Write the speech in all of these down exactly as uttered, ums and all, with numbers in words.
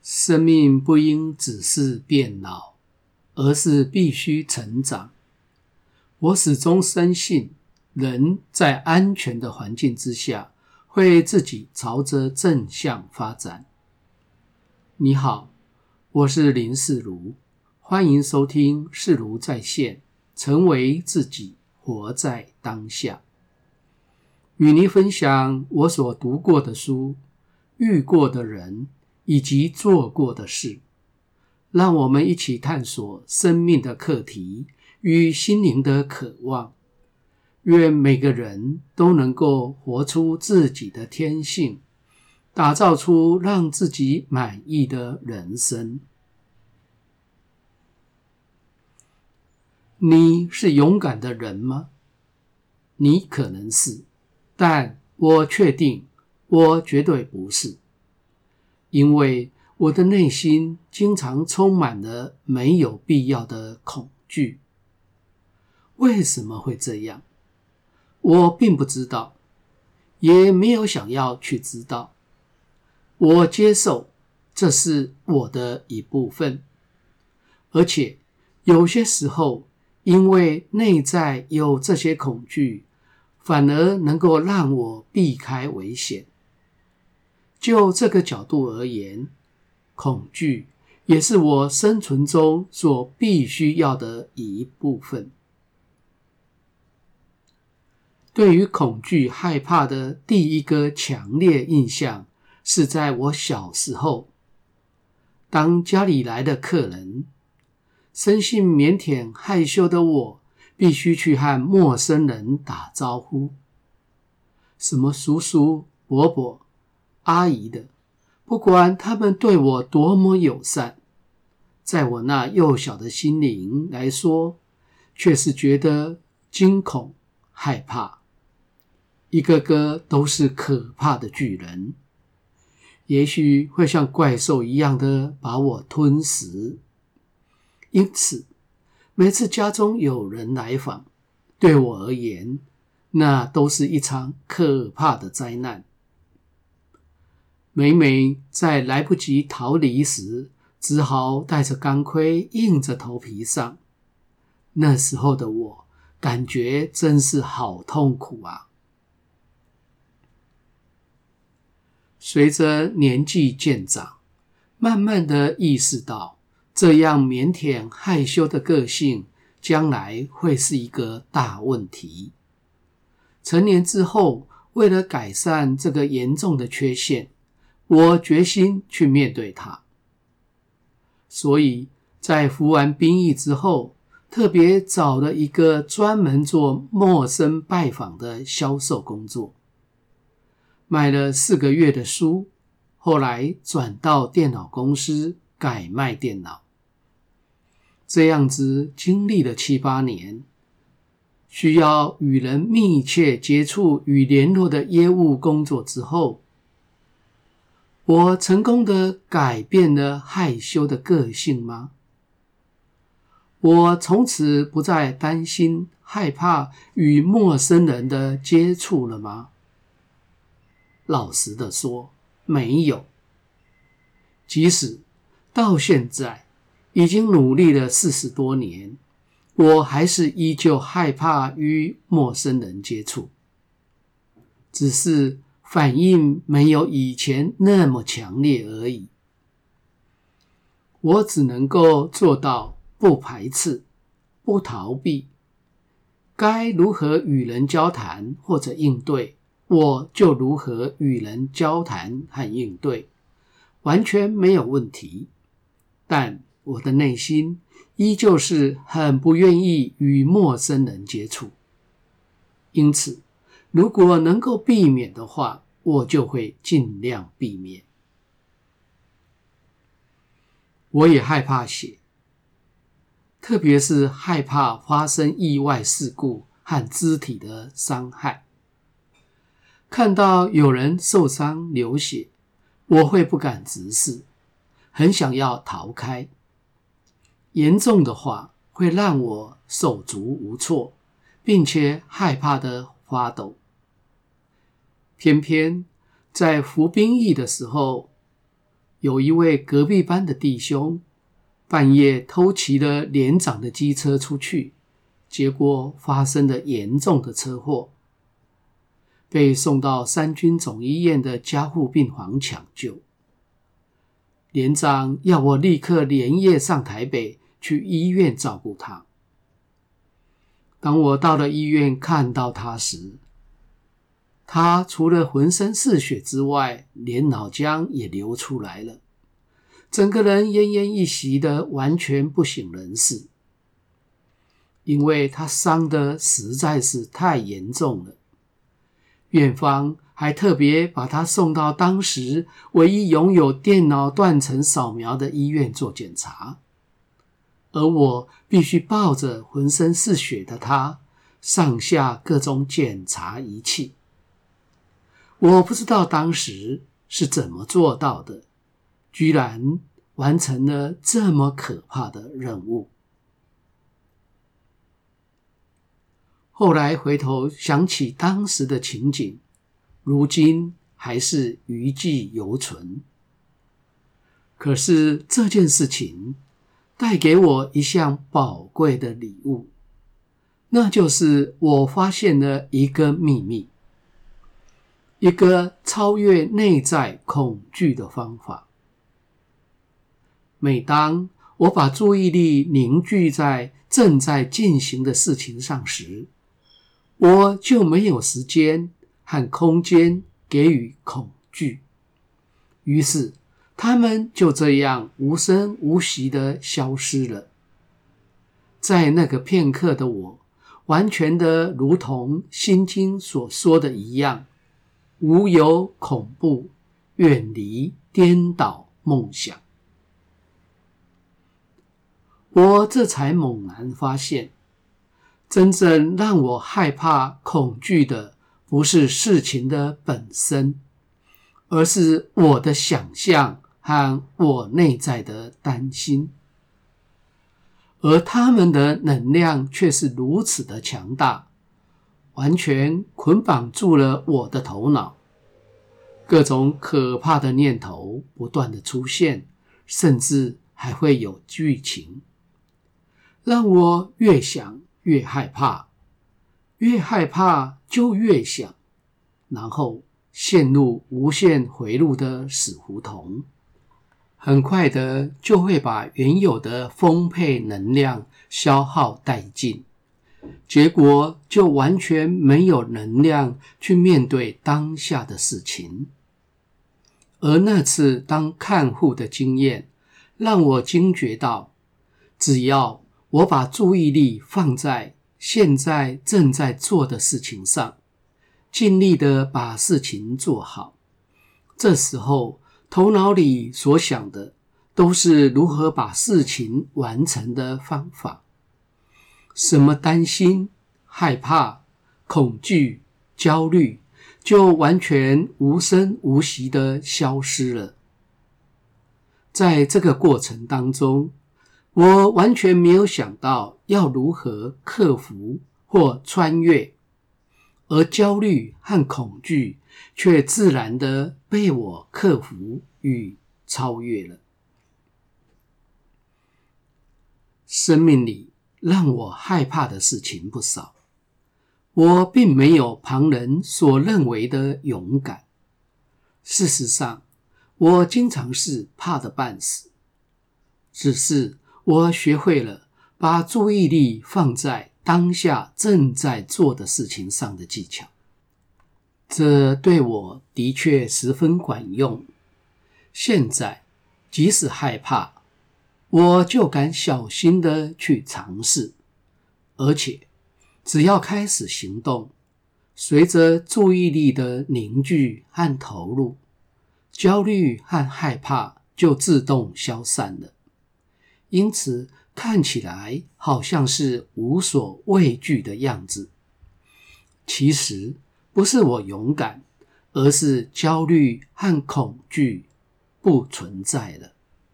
生命不应只是变老，而是必须成长。我始终深信，人在安全的环境之下，会自己朝着正向发展。你好，我是林世如，欢迎收听世如在线，成为自己，活在当下。与您分享我所读过的书、遇过的人以及做过的事，让我们一起探索生命的课题与心灵的渴望。愿每个人都能够活出自己的天性，打造出让自己满意的人生。你是勇敢的人吗？你可能是，但我确定，我绝对不是。因为我的内心经常充满了没有必要的恐惧。为什么会这样？我并不知道，也没有想要去知道。我接受这是我的一部分，而且有些时候因为内在有这些恐惧，反而能够让我避开危险。就这个角度而言，恐惧也是我生存中所必须要的一部分。对于恐惧害怕的第一个强烈印象，是在我小时候，当家里来的客人，生性腼腆害羞的我，必须去和陌生人打招呼。什么叔叔、伯伯、阿姨的，不管他们对我多么友善，在我那幼小的心灵来说，却是觉得惊恐、害怕。一个个都是可怕的巨人，也许会像怪兽一样的把我吞食。因此，每次家中有人来访，对我而言，那都是一场可怕的灾难。每每在来不及逃离时，只好带着钢盔硬着头皮上。那时候的我，感觉真是好痛苦啊！随着年纪渐长，慢慢的意识到，这样腼腆害羞的个性，将来会是一个大问题。成年之后，为了改善这个严重的缺陷，我决心去面对它。所以在服完兵役之后，特别找了一个专门做陌生拜访的销售工作，买了四个月的书，后来转到电脑公司改卖电脑。这样子经历了七八年，需要与人密切接触与联络的业务工作之后，我成功的改变了害羞的个性吗？我从此不再担心害怕与陌生人的接触了吗？老实的说，没有。即使到现在已经努力了四十多年，我还是依旧害怕与陌生人接触，只是反应没有以前那么强烈而已。我只能够做到不排斥、不逃避，该如何与人交谈或者应对，我就如何与人交谈和应对，完全没有问题。但我的内心依旧是很不愿意与陌生人接触，因此如果能够避免的话，我就会尽量避免。我也害怕血，特别是害怕发生意外事故和肢体的伤害。看到有人受伤流血，我会不敢直视，很想要逃开。严重的话，会让我手足无措，并且害怕的发抖。偏偏在服兵役的时候， 有一位隔壁班的弟兄半夜偷骑了连长的机车出去，结果发生了严重的车祸，被送到三军总医院的加护病房抢救。连长要我立刻连夜上台北去医院照顾他。当我到了医院看到他时，他除了浑身是血之外，连脑浆也流出来了，整个人奄奄一息的，完全不省人事。因为他伤得实在是太严重了，院方还特别把他送到当时唯一拥有电脑断层扫描的医院做检查，而我必须抱着浑身是血的他，上下各种检查仪器。我不知道当时是怎么做到的，居然完成了这么可怕的任务。后来回头想起当时的情景，如今还是余悸犹存。可是这件事情带给我一项宝贵的礼物，那就是我发现了一个秘密，一个超越内在恐惧的方法。每当我把注意力凝聚在正在进行的事情上时，我就没有时间和空间给予恐惧，于是他们就这样无声无息地消失了。在那个片刻的我，完全的如同心经所说的一样，无有恐怖，远离颠倒梦想。我这才猛然发现，真正让我害怕恐惧的不是事情的本身，而是我的想象和我内在的担心。而他们的能量却是如此的强大，完全捆绑住了我的头脑。各种可怕的念头不断的出现，甚至还会有剧情，让我越想越害怕，越害怕就越想，然后陷入无限回路的死胡同，很快的就会把原有的丰沛能量消耗殆尽，结果就完全没有能量去面对当下的事情。而那次当看护的经验，让我惊觉到，只要我把注意力放在现在正在做的事情上，尽力的把事情做好，这时候头脑里所想的都是如何把事情完成的方法。什么担心、害怕、恐惧、焦虑，就完全无声无息的消失了。在这个过程当中，我完全没有想到要如何克服或穿越，而焦虑和恐惧却自然地被我克服与超越了。生命里让我害怕的事情不少，我并没有旁人所认为的勇敢。事实上，我经常是怕得半死，只是我学会了把注意力放在当下正在做的事情上的技巧，这对我的确十分管用。现在即使害怕，我就敢小心的去尝试，而且只要开始行动，随着注意力的凝聚和投入，焦虑和害怕就自动消散了。因此看起来好像是无所畏惧的样子，其实不是我勇敢，而是焦虑和恐惧不存在了。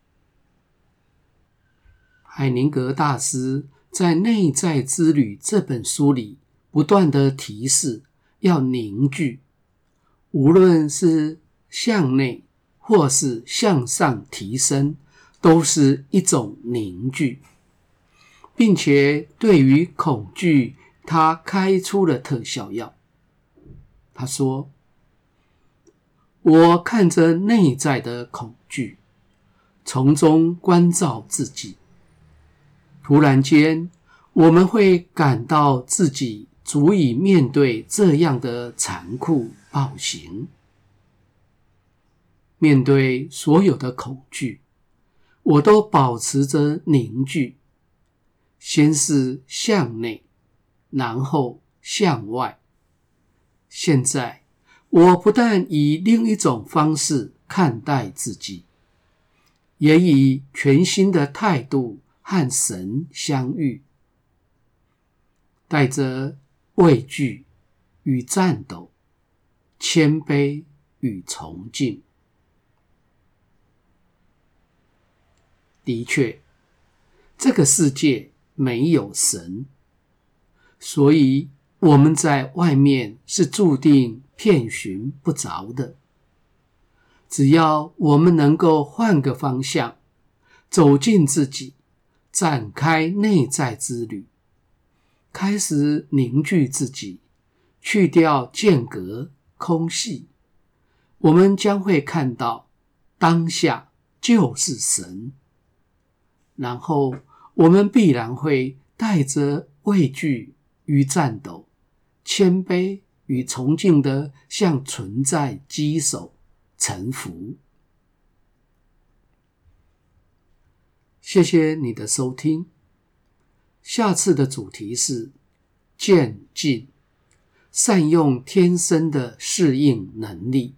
海宁格大师在《内在之旅》这本书里不断的提示要凝聚，无论是向内或是向上提升，都是一种凝聚，并且对于恐惧，他开出了特效药。他说，我看着内在的恐惧，从中关照自己，突然间我们会感到自己足以面对这样的残酷暴行。面对所有的恐惧，我都保持着凝聚，先是向内，然后向外。现在我不但以另一种方式看待自己，也以全新的态度和神相遇，带着畏惧与战斗，谦卑与崇敬。的确，这个世界没有神，所以我们在外面是注定遍寻不着的。只要我们能够换个方向，走进自己，展开内在之旅，开始凝聚自己，去掉间隔、空隙，我们将会看到当下就是神。然后我们必然会带着畏惧与战斗，谦卑与崇敬地向存在稽首臣服。谢谢你的收听，下次的主题是渐进，善用天生的适应能力。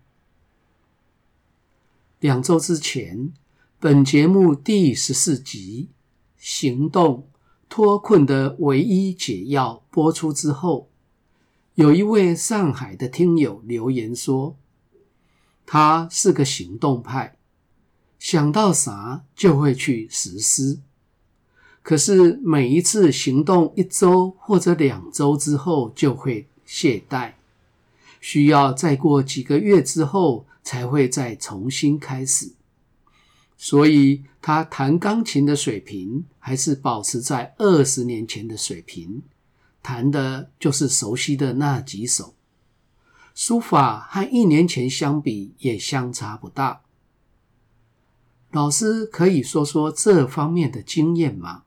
两周之前，本节目第十四集行动脱困的唯一解药播出之后，有一位上海的听友留言说，他是个行动派，想到啥就会去实施，可是每一次行动一周或者两周之后就会懈怠，需要再过几个月之后才会再重新开始。所以他弹钢琴的水平还是保持在二十年前的水平，弹的就是熟悉的那几首。书法和一年前相比也相差不大。老师可以说说这方面的经验吗？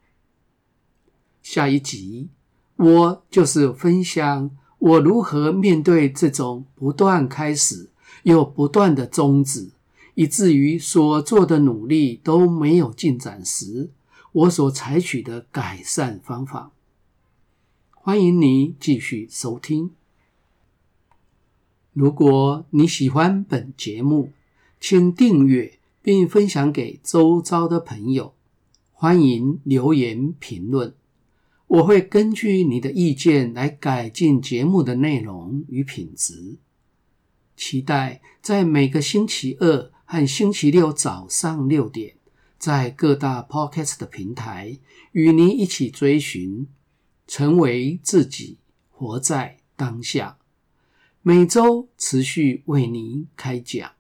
下一集我就是分享我如何面对这种不断开始又不断的终止，以至于所做的努力都没有进展时，我所采取的改善方法。欢迎你继续收听。如果你喜欢本节目，请订阅并分享给周遭的朋友。欢迎留言评论，我会根据你的意见来改进节目的内容与品质。期待在每个星期二和星期六早上六点，在各大 Podcast 的平台与您一起追寻成为自己，活在当下。每周持续为您开讲。